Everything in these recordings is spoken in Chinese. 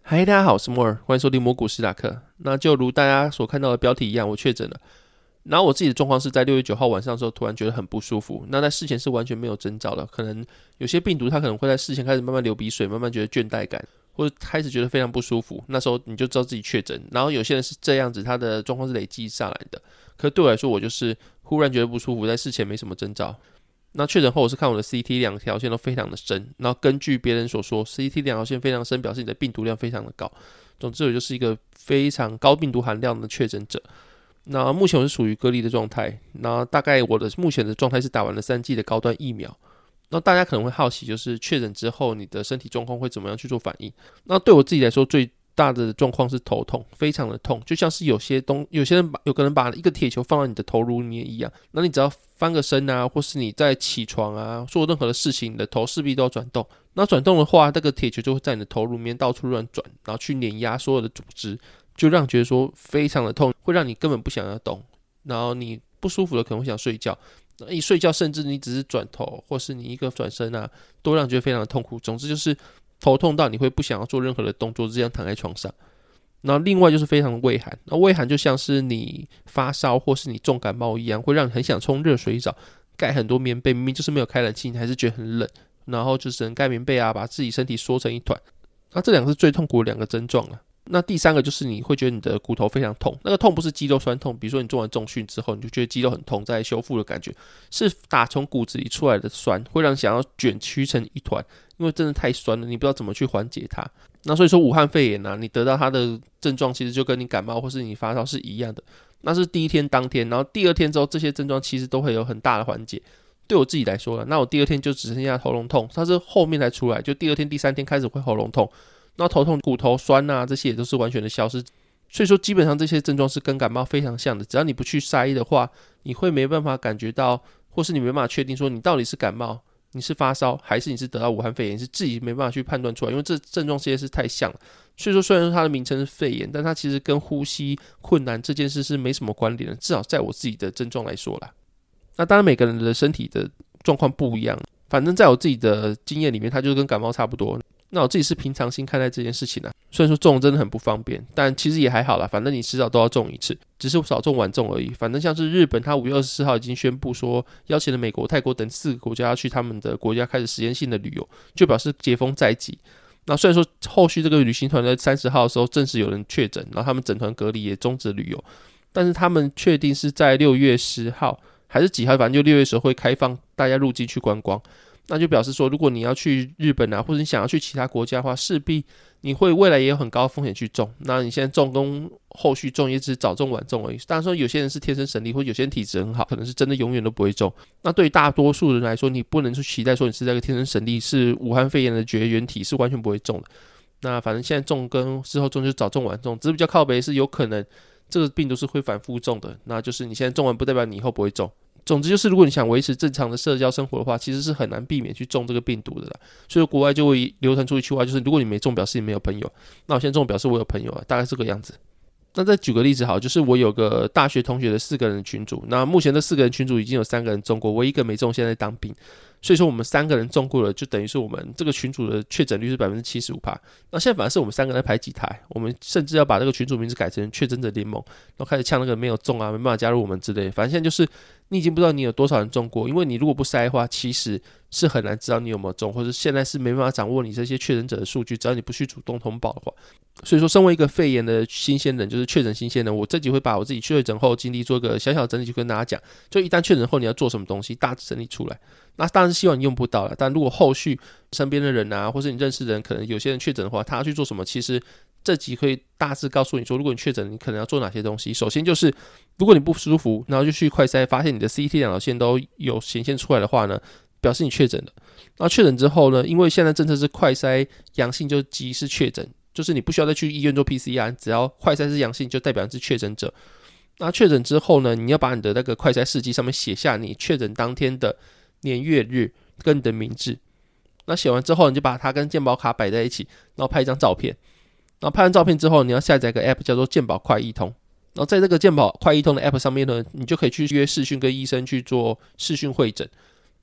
嗨，大家好，我是莫尔，欢迎收听魔股史塔克。那就如大家所看到的标题一样，我确诊了。然后我自己的状况是在6月9号晚上的时候，突然觉得很不舒服。那在事前是完全没有征兆的，可能有些病毒它可能会在事前开始慢慢流鼻水，慢慢觉得倦怠感，或者开始觉得非常不舒服。那时候你就知道自己确诊。然后有些人是这样子，他的状况是累积上来的。可对我来说，我就是忽然觉得不舒服，在事前没什么征兆。那确诊后，我是看我的 CT 两条线都非常的深，然后根据别人所说 ，CT 两条线非常深，表示你的病毒量非常的高。总之，我就是一个非常高病毒含量的确诊者。那目前我是属于隔离的状态，那大概我的目前的状态是打完了3剂的高端疫苗。那大家可能会好奇，就是确诊之后你的身体状况会怎么样去做反应？那对我自己来说，最大的状况是头痛，非常的痛，就像是有些人有个人把一个铁球放到你的头颅里面一样，那你只要翻个身啊，或是你在起床啊，做任何的事情，你的头势必都要转动。那转动的话，那个铁球就会在你的头颅里面到处乱转，然后去碾压所有的组织，就让你觉得说非常的痛，会让你根本不想要动，然后你不舒服的可能会想睡觉。一睡觉，甚至你只是转头，或是你一个转身啊，都让你觉得非常的痛苦。总之就是头痛到你会不想要做任何的动作，就这样躺在床上。然后另外就是非常的畏寒，那畏寒就像是你发烧或是你重感冒一样，会让你很想冲热水澡，盖很多棉被，明明就是没有开冷气，你还是觉得很冷，然后就只能盖棉被啊，把自己身体缩成一团。那这两个是最痛苦的两个症状了。那第三个就是你会觉得你的骨头非常痛，那个痛不是肌肉酸痛，比如说你做完重训之后，你就觉得肌肉很痛，在修复的感觉，是打从骨子里出来的酸，会让你想要卷曲成一团，因为真的太酸了，你不知道怎么去缓解它。那所以说武汉肺炎啊，你得到它的症状其实就跟你感冒或是你发烧是一样的，那是第一天当天，然后第二天之后这些症状其实都会有很大的缓解。对我自己来说，那我第二天就只剩下喉咙痛，它是后面才出来，就第二天第三天开始会喉咙痛，那头痛、骨头酸啊，这些也都是完全的消失。所以说，基本上这些症状是跟感冒非常像的。只要你不去筛的话，你会没办法感觉到，或是你没办法确定说你到底是感冒、你是发烧，还是你是得到武汉肺炎，是自己没办法去判断出来，因为这症状实在是太像了。所以说，虽然说它的名称是肺炎，但它其实跟呼吸困难这件事是没什么关联的，至少在我自己的症状来说啦。那当然，每个人的身体的状况不一样，反正在我自己的经验里面，它就跟感冒差不多。那我自己是平常心看待这件事情啊，虽然说中真的很不方便，但其实也还好啦，反正你迟早都要中一次，只是少中晚中而已。反正像是日本，他5月24号已经宣布说，邀请了美国、泰国等4个国家要去他们的国家开始实验性的旅游，就表示解封在即。那虽然说后续这个旅行团在30号的时候证实有人确诊，然后他们整团隔离也终止旅游，但是他们确定是在6月10号还是几号，反正就6月10号会开放大家入境去观光。那就表示说，如果你要去日本啊，或者你想要去其他国家的话，势必你会未来也有很高的风险去中。那你现在中跟后续中也只是早中晚中而已。当然说有些人是天生神力，或者有些人体质很好，可能是真的永远都不会中。那对于大多数人来说，你不能去期待说你是这个天生神力，是武汉肺炎的绝缘体，是完全不会中的。那反正现在中跟之后中就早中晚中，只是比较靠北是有可能这个病毒是会反复中的，那就是你现在中完不代表你以后不会中。总之就是，如果你想维持正常的社交生活的话，其实是很难避免去中这个病毒的啦。所以国外就会流传出一句话，就是如果你没中，表示你没有朋友。那我现在中，表示我有朋友啊，大概是这个样子。那再举个例子好，就是我有个大学同学的4个人群组，那目前这4个人群组已经有3个人中过，我一个没中，现在在当兵。所以说我们3个人中过了，就等于是我们这个群组的确诊率是 75%。那现在反而是我们3个人在排挤台，我们甚至要把这个群组名字改成确诊者联盟，然后开始呛那个没有中啊，没办法加入我们之类的。反正现在就是你已经不知道你有多少人中过，因为你如果不筛的话，其实是很难知道你有没有中，或者现在是没办法掌握你这些确诊者的数据，只要你不去主动通报的话。所以说身为一个肺炎的新鲜人，就是确诊新鲜人，我这集会把我自己确诊后经历做一个小小的整理，去跟大家讲，就一旦确诊后你要做什么东西，大致整理出来。那当然是希望你用不到了，但如果后续身边的人啊，或是你认识的人，可能有些人确诊的话，他要去做什么，其实这集会大致告诉你说，如果你确诊，你可能要做哪些东西。首先就是如果你不舒服，然后就去快筛，发现你的 CT 两条线都有显现出来的话呢，表示你确诊了。那确诊之后呢，因为现在政策是快筛阳性就即是确诊，就是你不需要再去医院做 PCR， 只要快筛是阳性就代表你是确诊者。那确诊之后呢，你要把你的那个快筛试剂上面写下你确诊当天的年月日跟你的名字。那写完之后，你就把它跟健保卡摆在一起，然后拍一张照片。然后拍完照片之后，你要下载一个 App 叫做健保快易通。然后在这个健保快易通的 App 上面呢，你就可以去约视讯跟医生去做视讯会诊。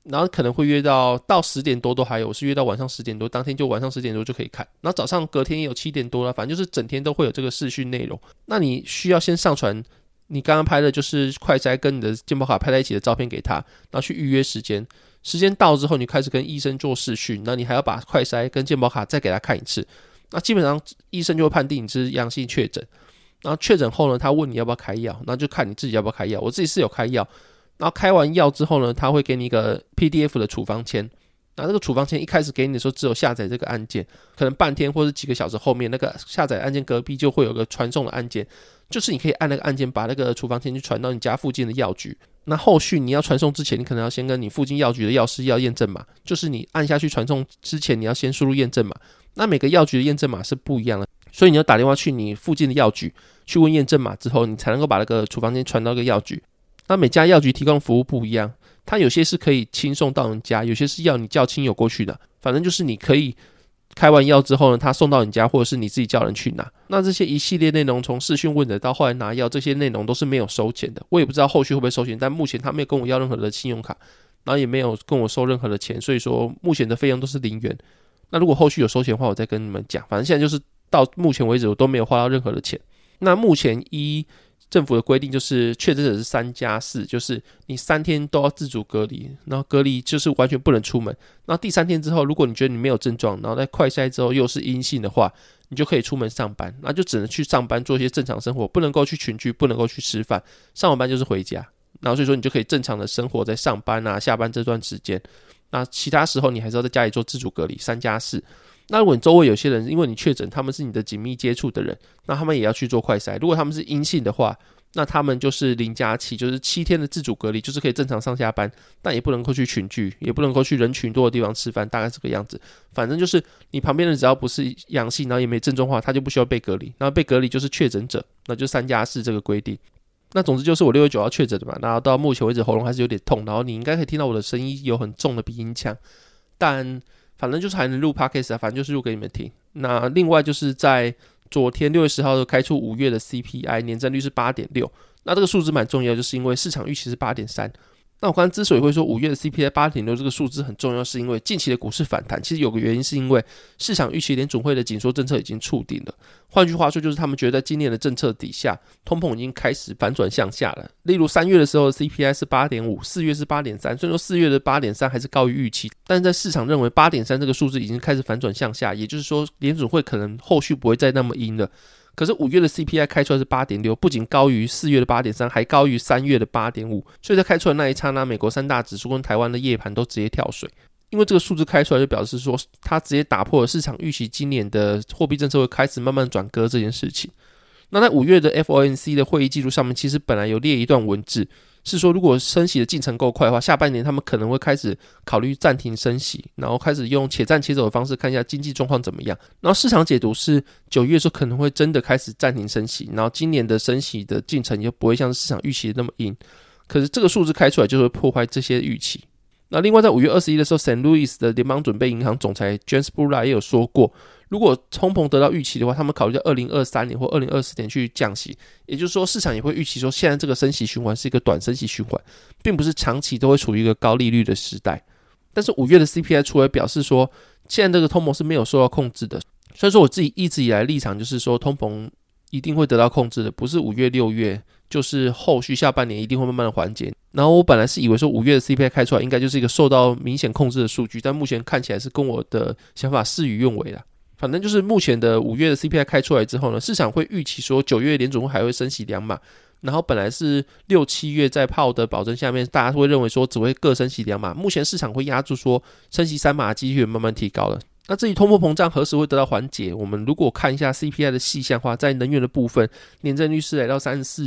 然后可能会约到10点多都还有，我是约到晚上10点多，当天就晚上10点多就可以看，然后早上隔天也有7点多了，反正就是整天都会有这个视讯内容。那你需要先上传你刚刚拍的就是快筛跟你的健保卡拍在一起的照片给他，然后去预约时间，时间到之后你开始跟医生做视讯，那你还要把快筛跟健保卡再给他看一次，那基本上医生就会判定你是阳性确诊，然后确诊后呢，他问你要不要开药，那就看你自己要不要开药。我自己是有开药，然后开完药之后呢，他会给你一个 PDF 的处方签，那这个处方签一开始给你的时候只有下载这个按键，可能半天或者几个小时后面，那个下载按键隔壁就会有个传送的按键，就是你可以按那个按键把那个处方签去传到你家附近的药局。那后续你要传送之前，你可能要先跟你附近药局的药师要验证码，就是你按下去传送之前，你要先输入验证码。那每个药局的验证码是不一样的，所以你要打电话去你附近的药局去问验证码之后，你才能够把那个处方签传到一个药局。那每家药局提供的服务不一样，它有些是可以亲送到你家，有些是要你叫亲友过去的，反正就是你可以开完药之后呢，他送到你家，或者是你自己叫人去拿。那这些一系列内容，从视讯问诊到后来拿药，这些内容都是没有收钱的。我也不知道后续会不会收钱，但目前他没有跟我要任何的信用卡，然后也没有跟我收任何的钱，所以说目前的费用都是0元。那如果后续有收钱的话，我再跟你们讲。反正现在就是到目前为止，我都没有花到任何的钱。那目前政府的规定就是确诊者是3+4，就是你3天都要自主隔离，然后隔离就是完全不能出门。然后第3天之后，如果你觉得你没有症状，然后在快筛之后又是阴性的话，你就可以出门上班，那就只能去上班做一些正常生活，不能够去群聚，不能够去吃饭，上完班就是回家。然后所以说你就可以正常的生活在上班啊、下班这段时间。那其他时候你还是要在家里做自主隔离3+4。那如果你周围有些人因为你确诊，他们是你的紧密接触的人，那他们也要去做快筛。如果他们是阴性的话，那他们就是0+7，就是7天的自主隔离，就是可以正常上下班，但也不能够去群聚，也不能够去人群多的地方吃饭，大概这个样子。反正就是你旁边的人只要不是阳性，然后也没症状的话，他就不需要被隔离。然后被隔离就是确诊者，那就3+4这个规定。那总之就是我6月9号确诊的嘛，然后到目前为止喉咙还是有点痛，然后你应该可以听到我的声音有很重的鼻音腔，但反正就是还能录 podcast 啊，反正就是录给你们听。那另外就是在昨天6月10号就开出5月的 CPI 年增率是 8.6， 那这个数字蛮重要，就是因为市场预期是 8.3。那我刚刚之所以会说5月的 CPI 8.6 这个数字很重要，是因为近期的股市反弹，其实有个原因是因为市场预期联准会的紧缩政策已经触顶了。换句话说，就是他们觉得在今年的政策底下，通膨已经开始反转向下了。例如3月的时候 CPI 是 8.5， 4月是 8.3， 虽然说4月的 8.3 还是高于预期，但是在市场认为 8.3 这个数字已经开始反转向下，也就是说联准会可能后续不会再那么阴了。可是5月的 CPI 开出来是 8.6， 不仅高于4月的 8.3， 还高于3月的 8.5， 所以在开出来那一刹那，美国3大指数跟台湾的夜盘都直接跳水。因为这个数字开出来就表示说，它直接打破了市场预期今年的货币政策会开始慢慢转鸽这件事情。那在5月的 FOMC 的会议记录上面，其实本来有列一段文字，是说如果升息的进程够快的话，下半年他们可能会开始考虑暂停升息，然后开始用且战且走的方式看一下经济状况怎么样。然后市场解读是9月的时候可能会真的开始暂停升息，然后今年的升息的进程也不会像市场预期的那么硬。可是这个数字开出来就会破坏这些预期。那另外在5月21的时候 St. Louis 的联邦准备银行总裁 James Bullard 也有说过，如果通膨得到预期的话，他们考虑在2023年或2024年去降息，也就是说市场也会预期说现在这个升息循环是一个短升息循环，并不是长期都会处于一个高利率的时代。但是5月的 CPI 出来表示说现在这个通膨是没有受到控制的，所以说我自己一直以来立场就是说通膨一定会得到控制的，不是5月6月，就是后续下半年一定会慢慢的缓解。然后我本来是以为说5月的 CPI 开出来应该就是一个受到明显控制的数据，但目前看起来是跟我的想法事与愿违啦。反正就是目前的5月的 CPI 开出来之后呢，市场会预期说9月联准会还会升息2码，然后本来是6、7月在鲍的保证下面，大家会认为说只会各升息2码，目前市场会压住说升息3码的几率慢慢提高了。那至于通货膨胀何时会得到缓解，我们如果看一下 CPI 的细项的话，在能源的部分年增率是来到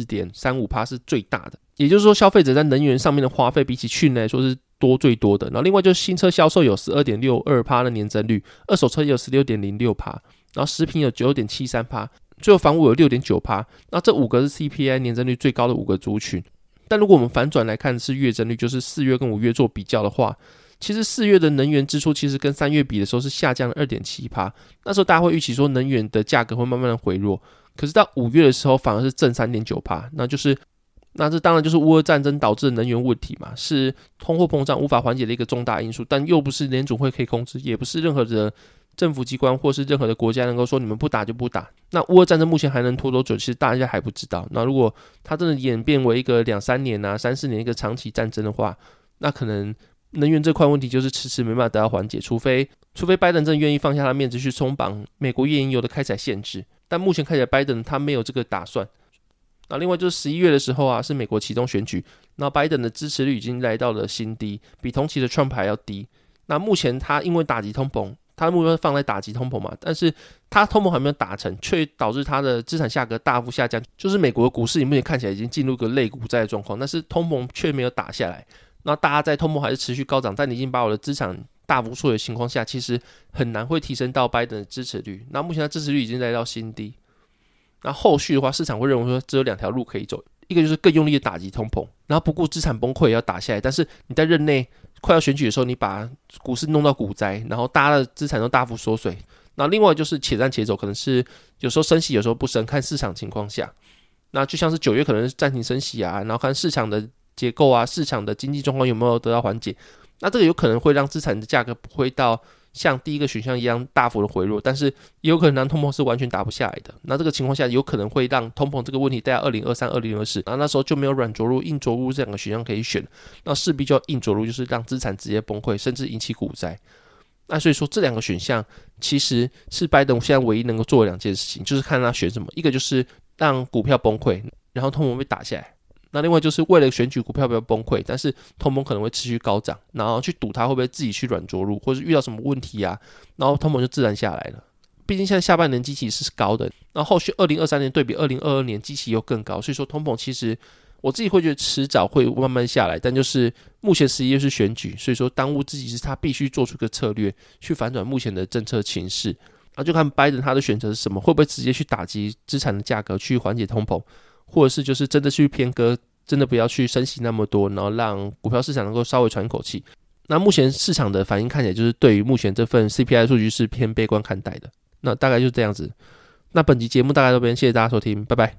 34.35% 是最大的，也就是说消费者在能源上面的花费比起去年来说是多最多的。然后另外就是新车销售有 12.62% 的年增率，二手车也有 16.06%， 然后食品有 9.73%， 最后房屋有 6.9%。 那这5个是 CPI 年增率最高的5个族群。但如果我们反转来看是月增率，就是4月跟5月做比较的话，其实4月的能源支出其实跟3月比的时候是下降了 2.7%， 那时候大家会预期说能源的价格会慢慢的回落，可是到5月的时候反而是正 3.9%， 那就是那这当然就是乌俄战争导致的能源问题嘛，是通货膨胀无法缓解的一个重大因素，但又不是联准会可以控制，也不是任何的政府机关或是任何的国家能够说你们不打就不打。那乌俄战争目前还能拖多久，其实大家还不知道。那如果它真的演变为一个2-3年啊、3-4年一个长期战争的话，那可能能源这块问题就是迟迟没办法得到缓解，除非拜登真的愿意放下他面子去松绑美国页岩油的开采限制，但目前看起来拜登他没有这个打算。那另外就是11月的时候啊，是美国期中选举，那拜登的支持率已经来到了新低，比同期的 Trump 还要低。那目前他因为打击通膨，他的目标放在打击通膨嘛，但是他通膨还没有达成，却导致他的资产价格大幅下降，就是美国的股市目前看起来已经进入一个类股灾的状况，但是通膨却没有打下来。那大家在通膨还是持续高涨，但你已经把我的资产大幅缩的情况下，其实很难会提升到拜登的支持率。那目前的支持率已经来到新低。那后续的话，市场会认为说只有2条路可以走，一个就是更用力的打击通膨，然后不顾资产崩溃也要打下来。但是你在任内快要选举的时候，你把股市弄到股灾，然后大家的资产都大幅缩水。那另外就是且战且走，可能是有时候升息，有时候不升，看市场情况下。那就像是9月可能是暂停升息啊，然后看市场的结构啊，市场的经济状况有没有得到缓解。那这个有可能会让资产的价格不会到像第一个选项一样大幅的回落，但是也有可能让通膨是完全打不下来的。那这个情况下有可能会让通膨这个问题带到2023、2024，那时候就没有软着陆、硬着陆这2个选项可以选，那势必就要硬着陆，就是让资产直接崩溃，甚至引起股灾。那所以说这2个选项其实是拜登现在唯一能够做的2件事情，就是看他选什么，一个就是让股票崩溃，然后通膨被打下来。那另外就是为了选举股票不要崩溃，但是通膨可能会持续高涨，然后去赌它会不会自己去软着陆，或是遇到什么问题啊，然后通膨就自然下来了。毕竟现在下半年基期是高的，然后后续2023年对比2022年基期又更高，所以说通膨其实我自己会觉得迟早会慢慢下来，但就是目前11月是选举，所以说当务之急是他必须做出个策略去反转目前的政策情势，然后就看拜登他的选择是什么，会不会直接去打击资产的价格去缓解通膨，或者是就是真的去偏割，真的不要去升息那么多，然后让股票市场能够稍微喘一口气。那目前市场的反应看起来就是对于目前这份 CPI 数据是偏悲观看待的，那大概就是这样子。那本集节目大概到这边，谢谢大家收听，拜拜。